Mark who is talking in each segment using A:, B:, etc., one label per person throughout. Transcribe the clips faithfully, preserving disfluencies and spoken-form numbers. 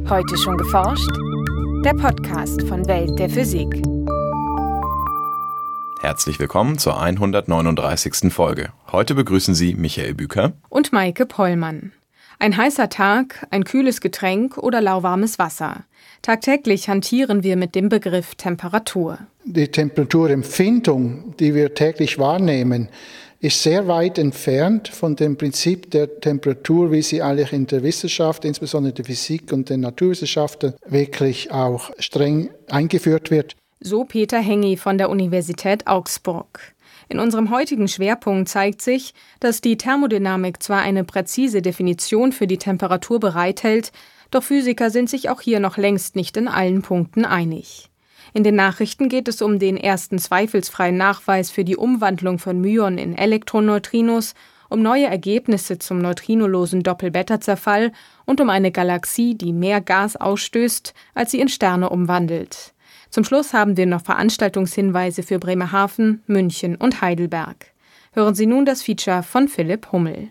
A: Heute schon geforscht? Der Podcast von Welt der Physik.
B: Herzlich willkommen zur hundertneununddreißigsten Folge. Heute begrüßen Sie Michael Büker
A: und Maike Pollmann. Ein heißer Tag, ein kühles Getränk oder lauwarmes Wasser. Tagtäglich hantieren wir mit dem Begriff Temperatur.
C: Die Temperaturempfindung, die wir täglich wahrnehmen, ist sehr weit entfernt von dem Prinzip der Temperatur, wie sie eigentlich in der Wissenschaft, insbesondere der Physik und den Naturwissenschaften, wirklich auch streng eingeführt wird.
A: So Peter Hengi von der Universität Augsburg. In unserem heutigen Schwerpunkt zeigt sich, dass die Thermodynamik zwar eine präzise Definition für die Temperatur bereithält, doch Physiker sind sich auch hier noch längst nicht in allen Punkten einig. In den Nachrichten geht es um den ersten zweifelsfreien Nachweis für die Umwandlung von Myonen in Elektroneutrinos, um neue Ergebnisse zum neutrinolosen Doppelbeta-Zerfall und um eine Galaxie, die mehr Gas ausstößt, als sie in Sterne umwandelt. Zum Schluss haben wir noch Veranstaltungshinweise für Bremerhaven, München und Heidelberg. Hören Sie nun das Feature von Philipp Hummel.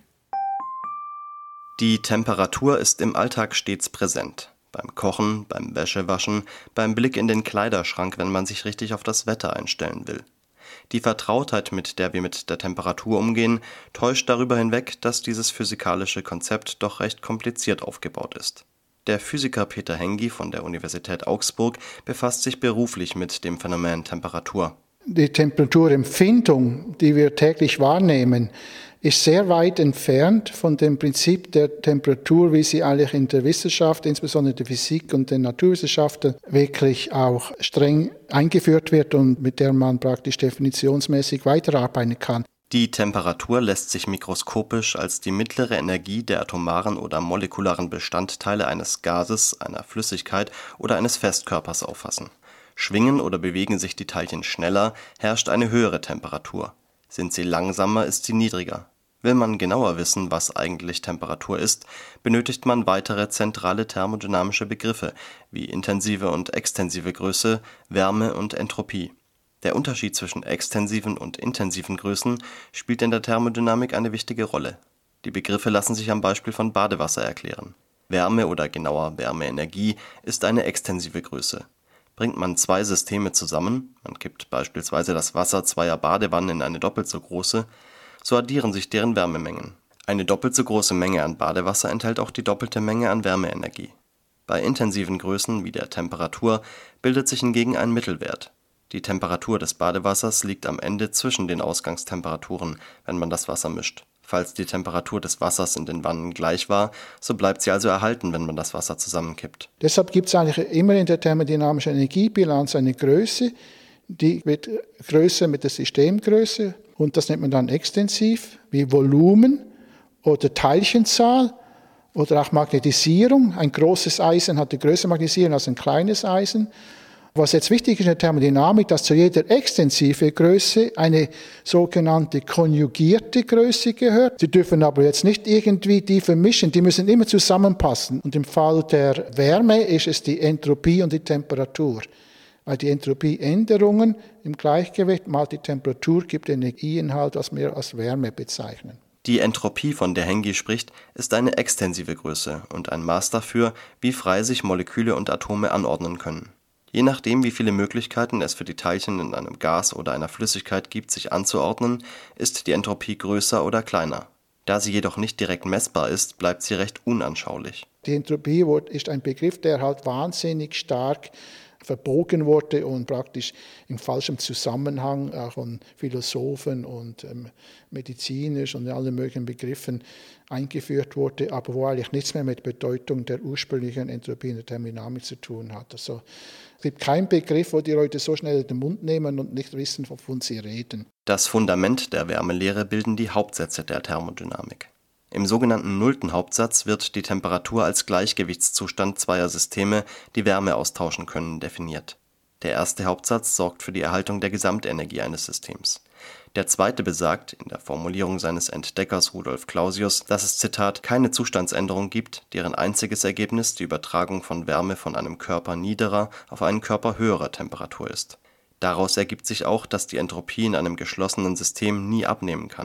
D: Die Temperatur ist im Alltag stets präsent. Beim Kochen, beim Wäschewaschen, beim Blick in den Kleiderschrank, wenn man sich richtig auf das Wetter einstellen will. Die Vertrautheit, mit der wir mit der Temperatur umgehen, täuscht darüber hinweg, dass dieses physikalische Konzept doch recht kompliziert aufgebaut ist. Der Physiker Peter Hengi von der Universität Augsburg befasst sich beruflich mit dem Phänomen Temperatur.
C: Die Temperaturempfindung, die wir täglich wahrnehmen, ist sehr weit entfernt von dem Prinzip der Temperatur, wie sie eigentlich in der Wissenschaft, insbesondere der Physik und den Naturwissenschaften, wirklich auch streng eingeführt wird und mit der man praktisch definitionsmäßig weiterarbeiten kann.
D: Die Temperatur lässt sich mikroskopisch als die mittlere Energie der atomaren oder molekularen Bestandteile eines Gases, einer Flüssigkeit oder eines Festkörpers auffassen. Schwingen oder bewegen sich die Teilchen schneller, herrscht eine höhere Temperatur. Sind sie langsamer, ist sie niedriger. Will man genauer wissen, was eigentlich Temperatur ist, benötigt man weitere zentrale thermodynamische Begriffe wie intensive und extensive Größe, Wärme und Entropie. Der Unterschied zwischen extensiven und intensiven Größen spielt in der Thermodynamik eine wichtige Rolle. Die Begriffe lassen sich am Beispiel von Badewasser erklären. Wärme oder genauer Wärmeenergie ist eine extensive Größe. Bringt man zwei Systeme zusammen, man kippt beispielsweise das Wasser zweier Badewannen in eine doppelt so große, so addieren sich deren Wärmemengen. Eine doppelt so große Menge an Badewasser enthält auch die doppelte Menge an Wärmeenergie. Bei intensiven Größen wie der Temperatur bildet sich hingegen ein Mittelwert. Die Temperatur des Badewassers liegt am Ende zwischen den Ausgangstemperaturen, wenn man das Wasser mischt. Falls die Temperatur des Wassers in den Wannen gleich war, so bleibt sie also erhalten, wenn man das Wasser zusammenkippt.
C: Deshalb gibt es eigentlich immer in der thermodynamischen Energiebilanz eine Größe, die wird größer mit der Systemgröße und das nennt man dann extensiv, wie Volumen oder Teilchenzahl oder auch Magnetisierung. Ein großes Eisen hat die größere Magnetisierung als ein kleines Eisen. Was jetzt wichtig ist in der Thermodynamik, dass zu jeder extensive Größe eine sogenannte konjugierte Größe gehört. Sie dürfen aber jetzt nicht irgendwie die vermischen, die müssen immer zusammenpassen. Und im Fall der Wärme ist es die Entropie und die Temperatur. Weil die Entropieänderungen im Gleichgewicht mal die Temperatur gibt Energieinhalt, was wir als Wärme bezeichnen.
D: Die Entropie, von der Hengi spricht, ist eine extensive Größe und ein Maß dafür, wie frei sich Moleküle und Atome anordnen können. Je nachdem, wie viele Möglichkeiten es für die Teilchen in einem Gas oder einer Flüssigkeit gibt, sich anzuordnen, ist die Entropie größer oder kleiner. Da sie jedoch nicht direkt messbar ist, bleibt sie recht unanschaulich.
C: Die Entropie ist ein Begriff, der halt wahnsinnig stark verbogen wurde und praktisch in falschem Zusammenhang auch von Philosophen und ähm, medizinisch und allen möglichen Begriffen eingeführt wurde, aber wo eigentlich nichts mehr mit Bedeutung der ursprünglichen Entropie in der Thermodynamik zu tun hat. Also, es gibt keinen Begriff, wo die Leute so schnell den Mund nehmen und nicht wissen, wovon sie reden.
D: Das Fundament der Wärmelehre bilden die Hauptsätze der Thermodynamik. Im sogenannten nullten Hauptsatz wird die Temperatur als Gleichgewichtszustand zweier Systeme, die Wärme austauschen können, definiert. Der erste Hauptsatz sorgt für die Erhaltung der Gesamtenergie eines Systems. Der zweite besagt, in der Formulierung seines Entdeckers Rudolf Clausius, dass es, Zitat, keine Zustandsänderung gibt, deren einziges Ergebnis die Übertragung von Wärme von einem Körper niederer auf einen Körper höherer Temperatur ist. Daraus ergibt sich auch, dass die Entropie in einem geschlossenen System nie abnehmen kann.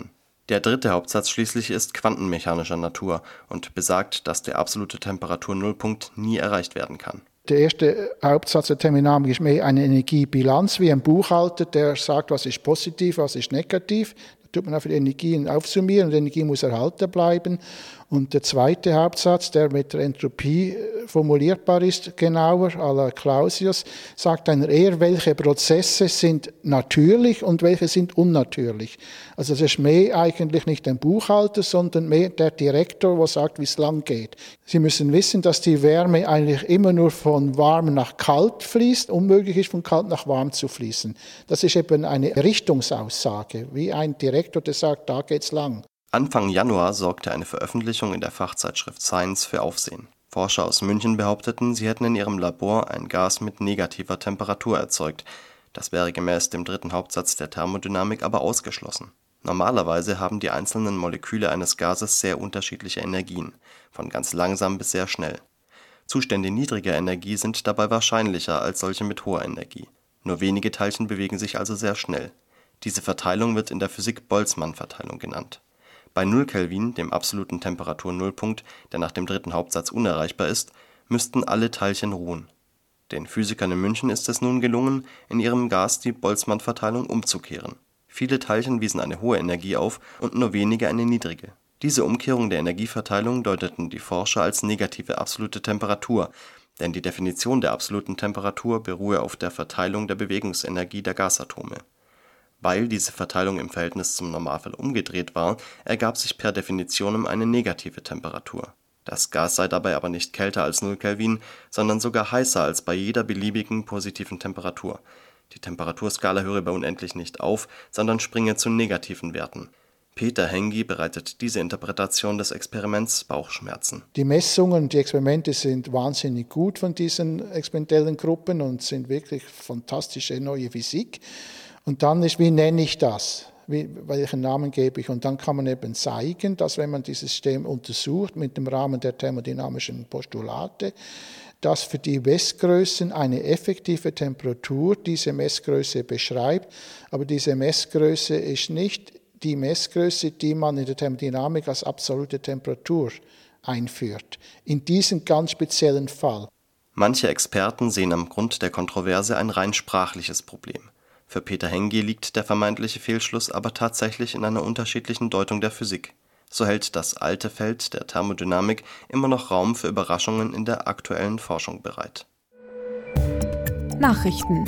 D: Der dritte Hauptsatz schließlich ist quantenmechanischer Natur und besagt, dass der absolute Temperaturnullpunkt nie erreicht werden kann.
C: Der erste Hauptsatz der Thermodynamik ist mehr eine Energiebilanz, wie ein Buchhalter, der sagt, was ist positiv, was ist negativ. Da tut man einfach die Energien aufsummieren und die Energie muss erhalten bleiben. Und der zweite Hauptsatz, der mit der Entropie formulierbar ist, genauer, à la Clausius, sagt einer eher, welche Prozesse sind natürlich und welche sind unnatürlich. Also das ist mehr eigentlich nicht ein Buchhalter, sondern mehr der Direktor, der sagt, wie es lang geht. Sie müssen wissen, dass die Wärme eigentlich immer nur von warm nach kalt fließt, unmöglich ist, von kalt nach warm zu fließen. Das ist eben eine Richtungsaussage, wie ein Direktor, der sagt, da geht's lang.
D: Anfang Januar sorgte eine Veröffentlichung in der Fachzeitschrift Science für Aufsehen. Forscher aus München behaupteten, sie hätten in ihrem Labor ein Gas mit negativer Temperatur erzeugt. Das wäre gemäß dem dritten Hauptsatz der Thermodynamik aber ausgeschlossen. Normalerweise haben die einzelnen Moleküle eines Gases sehr unterschiedliche Energien, von ganz langsam bis sehr schnell. Zustände niedriger Energie sind dabei wahrscheinlicher als solche mit hoher Energie. Nur wenige Teilchen bewegen sich also sehr schnell. Diese Verteilung wird in der Physik Boltzmann-Verteilung genannt. Bei null Kelvin, dem absoluten Temperaturnullpunkt, der nach dem dritten Hauptsatz unerreichbar ist, müssten alle Teilchen ruhen. Den Physikern in München ist es nun gelungen, in ihrem Gas die Boltzmann-Verteilung umzukehren. Viele Teilchen wiesen eine hohe Energie auf und nur wenige eine niedrige. Diese Umkehrung der Energieverteilung deuteten die Forscher als negative absolute Temperatur, denn die Definition der absoluten Temperatur beruhe auf der Verteilung der Bewegungsenergie der Gasatome. Weil diese Verteilung im Verhältnis zum Normalfall umgedreht war, ergab sich per Definition eine negative Temperatur. Das Gas sei dabei aber nicht kälter als null Kelvin, sondern sogar heißer als bei jeder beliebigen positiven Temperatur. Die Temperaturskala höre bei unendlich nicht auf, sondern springe zu negativen Werten. Peter Hengi bereitet diese Interpretation des Experiments Bauchschmerzen.
C: Die Messungen, die Experimente sind wahnsinnig gut von diesen experimentellen Gruppen und sind wirklich fantastische neue Physik. Und dann ist, wie nenne ich das? Wie, welchen Namen gebe ich? Und dann kann man eben zeigen, dass wenn man dieses System untersucht mit dem Rahmen der thermodynamischen Postulate, dass für die Messgrößen eine effektive Temperatur diese Messgröße beschreibt. Aber diese Messgröße ist nicht die Messgröße, die man in der Thermodynamik als absolute Temperatur einführt. In diesem ganz speziellen Fall.
D: Manche Experten sehen am Grund der Kontroverse ein rein sprachliches Problem. Für Peter Hengi liegt der vermeintliche Fehlschluss aber tatsächlich in einer unterschiedlichen Deutung der Physik. So hält das alte Feld der Thermodynamik immer noch Raum für Überraschungen in der aktuellen Forschung bereit.
A: Nachrichten.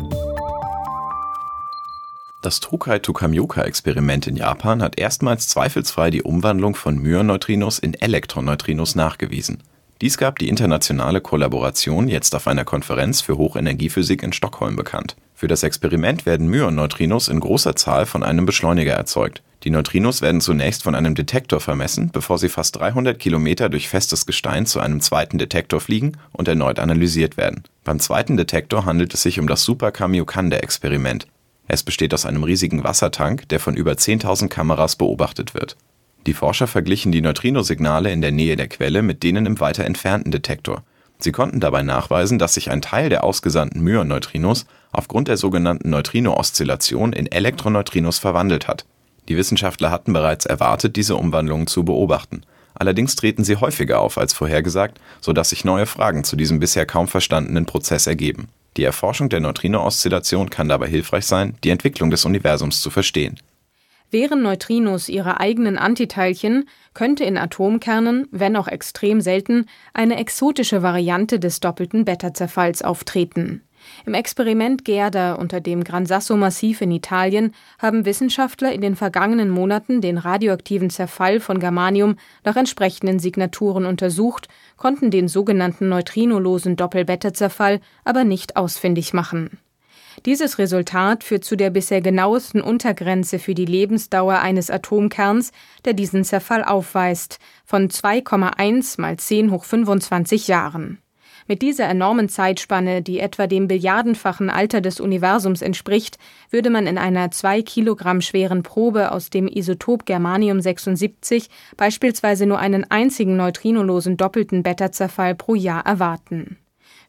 B: Das Tokai-Tokamioka-Experiment in Japan hat erstmals zweifelsfrei die Umwandlung von Myonneutrinos in Elektroneutrinos nachgewiesen. Dies gab die internationale Kollaboration jetzt auf einer Konferenz für Hochenergiephysik in Stockholm bekannt. Für das Experiment werden Myonneutrinos in großer Zahl von einem Beschleuniger erzeugt. Die Neutrinos werden zunächst von einem Detektor vermessen, bevor sie fast dreihundert Kilometer durch festes Gestein zu einem zweiten Detektor fliegen und erneut analysiert werden. Beim zweiten Detektor handelt es sich um das Super-Kamiokande-Experiment. Es besteht aus einem riesigen Wassertank, der von über zehntausend Kameras beobachtet wird. Die Forscher verglichen die Neutrinosignale in der Nähe der Quelle mit denen im weiter entfernten Detektor. Sie konnten dabei nachweisen, dass sich ein Teil der ausgesandten Myonneutrinos aufgrund der sogenannten Neutrino-Oszillation in Elektroneutrinos verwandelt hat. Die Wissenschaftler hatten bereits erwartet, diese Umwandlungen zu beobachten. Allerdings treten sie häufiger auf als vorhergesagt, sodass sich neue Fragen zu diesem bisher kaum verstandenen Prozess ergeben. Die Erforschung der Neutrino-Oszillation kann dabei hilfreich sein, die Entwicklung des Universums zu verstehen.
A: Wären Neutrinos ihre eigenen Antiteilchen, könnte in Atomkernen, wenn auch extrem selten, eine exotische Variante des doppelten Beta-Zerfalls auftreten. Im Experiment Gerda unter dem Gran Sasso-Massiv in Italien haben Wissenschaftler in den vergangenen Monaten den radioaktiven Zerfall von Germanium nach entsprechenden Signaturen untersucht, konnten den sogenannten neutrinolosen Doppel-Beta-Zerfall aber nicht ausfindig machen. Dieses Resultat führt zu der bisher genauesten Untergrenze für die Lebensdauer eines Atomkerns, der diesen Zerfall aufweist, von zwei Komma eins mal zehn hoch fünfundzwanzig Jahren. Mit dieser enormen Zeitspanne, die etwa dem billiardenfachen Alter des Universums entspricht, würde man in einer zwei Kilogramm schweren Probe aus dem Isotop Germanium sechsundsiebzig beispielsweise nur einen einzigen neutrinolosen doppelten Beta-Zerfall pro Jahr erwarten.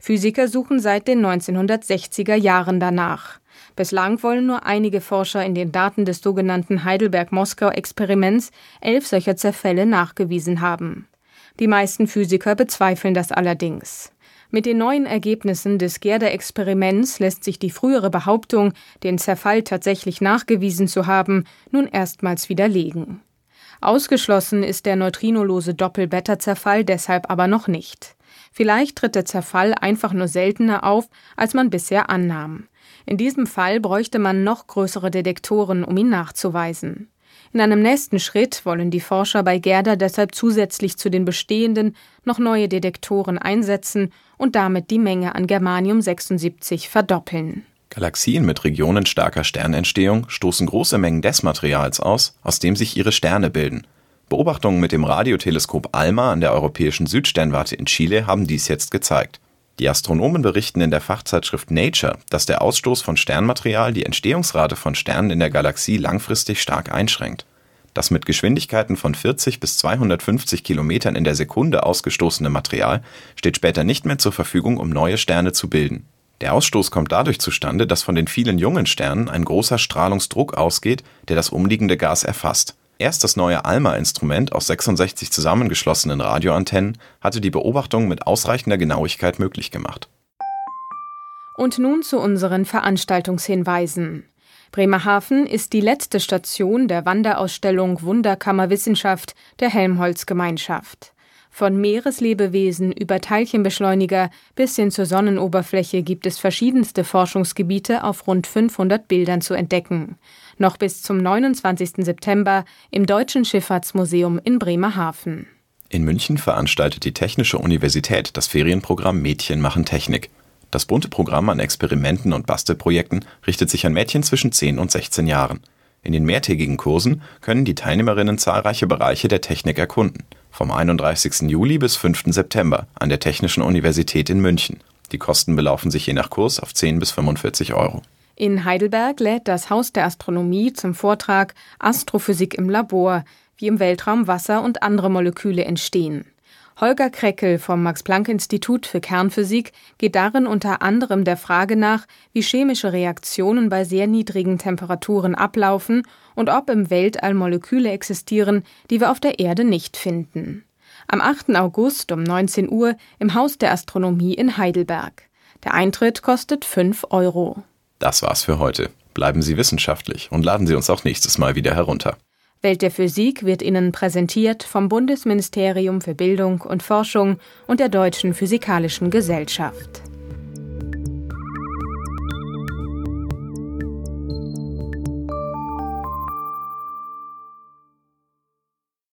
A: Physiker suchen seit den neunzehnhundertsechziger Jahren danach. Bislang wollen nur einige Forscher in den Daten des sogenannten Heidelberg-Moskau-Experiments elf solcher Zerfälle nachgewiesen haben. Die meisten Physiker bezweifeln das allerdings. Mit den neuen Ergebnissen des Gerda-Experiments lässt sich die frühere Behauptung, den Zerfall tatsächlich nachgewiesen zu haben, nun erstmals widerlegen. Ausgeschlossen ist der neutrinolose Doppel-Beta-Zerfall deshalb aber noch nicht. Vielleicht tritt der Zerfall einfach nur seltener auf, als man bisher annahm. In diesem Fall bräuchte man noch größere Detektoren, um ihn nachzuweisen. In einem nächsten Schritt wollen die Forscher bei Gerda deshalb zusätzlich zu den bestehenden noch neue Detektoren einsetzen und damit die Menge an Germanium sechsundsiebzig verdoppeln.
B: Galaxien mit Regionen starker Sternentstehung stoßen große Mengen des Materials aus, aus dem sich ihre Sterne bilden. Beobachtungen mit dem Radioteleskop ALMA an der Europäischen Südsternwarte in Chile haben dies jetzt gezeigt. Die Astronomen berichten in der Fachzeitschrift Nature, dass der Ausstoß von Sternmaterial die Entstehungsrate von Sternen in der Galaxie langfristig stark einschränkt. Das mit Geschwindigkeiten von vierzig bis zweihundertfünfzig Kilometern in der Sekunde ausgestoßene Material steht später nicht mehr zur Verfügung, um neue Sterne zu bilden. Der Ausstoß kommt dadurch zustande, dass von den vielen jungen Sternen ein großer Strahlungsdruck ausgeht, der das umliegende Gas erfasst. Erst das neue ALMA-Instrument aus sechsundsechzig zusammengeschlossenen Radioantennen hatte die Beobachtung mit ausreichender Genauigkeit möglich gemacht.
A: Und nun zu unseren Veranstaltungshinweisen. Bremerhaven ist die letzte Station der Wanderausstellung Wunderkammer Wissenschaft der Helmholtz-Gemeinschaft. Von Meereslebewesen über Teilchenbeschleuniger bis hin zur Sonnenoberfläche gibt es verschiedenste Forschungsgebiete auf rund fünfhundert Bildern zu entdecken. Noch bis zum neunundzwanzigsten September im Deutschen Schifffahrtsmuseum in Bremerhaven.
B: In München veranstaltet die Technische Universität das Ferienprogramm Mädchen machen Technik. Das bunte Programm an Experimenten und Bastelprojekten richtet sich an Mädchen zwischen zehn und sechzehn Jahren. In den mehrtägigen Kursen können die Teilnehmerinnen zahlreiche Bereiche der Technik erkunden. Vom einunddreißigsten Juli bis fünften September an der Technischen Universität in München. Die Kosten belaufen sich je nach Kurs auf zehn bis fünfundvierzig Euro.
A: In Heidelberg lädt das Haus der Astronomie zum Vortrag Astrophysik im Labor, wie im Weltraum Wasser und andere Moleküle entstehen. Holger Kreckel vom Max-Planck-Institut für Kernphysik geht darin unter anderem der Frage nach, wie chemische Reaktionen bei sehr niedrigen Temperaturen ablaufen und ob im Weltall Moleküle existieren, die wir auf der Erde nicht finden. Am achten August um neunzehn Uhr im Haus der Astronomie in Heidelberg. Der Eintritt kostet fünf Euro.
B: Das war's für heute. Bleiben Sie wissenschaftlich und laden Sie uns auch nächstes Mal wieder herunter.
A: Welt der Physik wird Ihnen präsentiert vom Bundesministerium für Bildung und Forschung und der Deutschen Physikalischen Gesellschaft.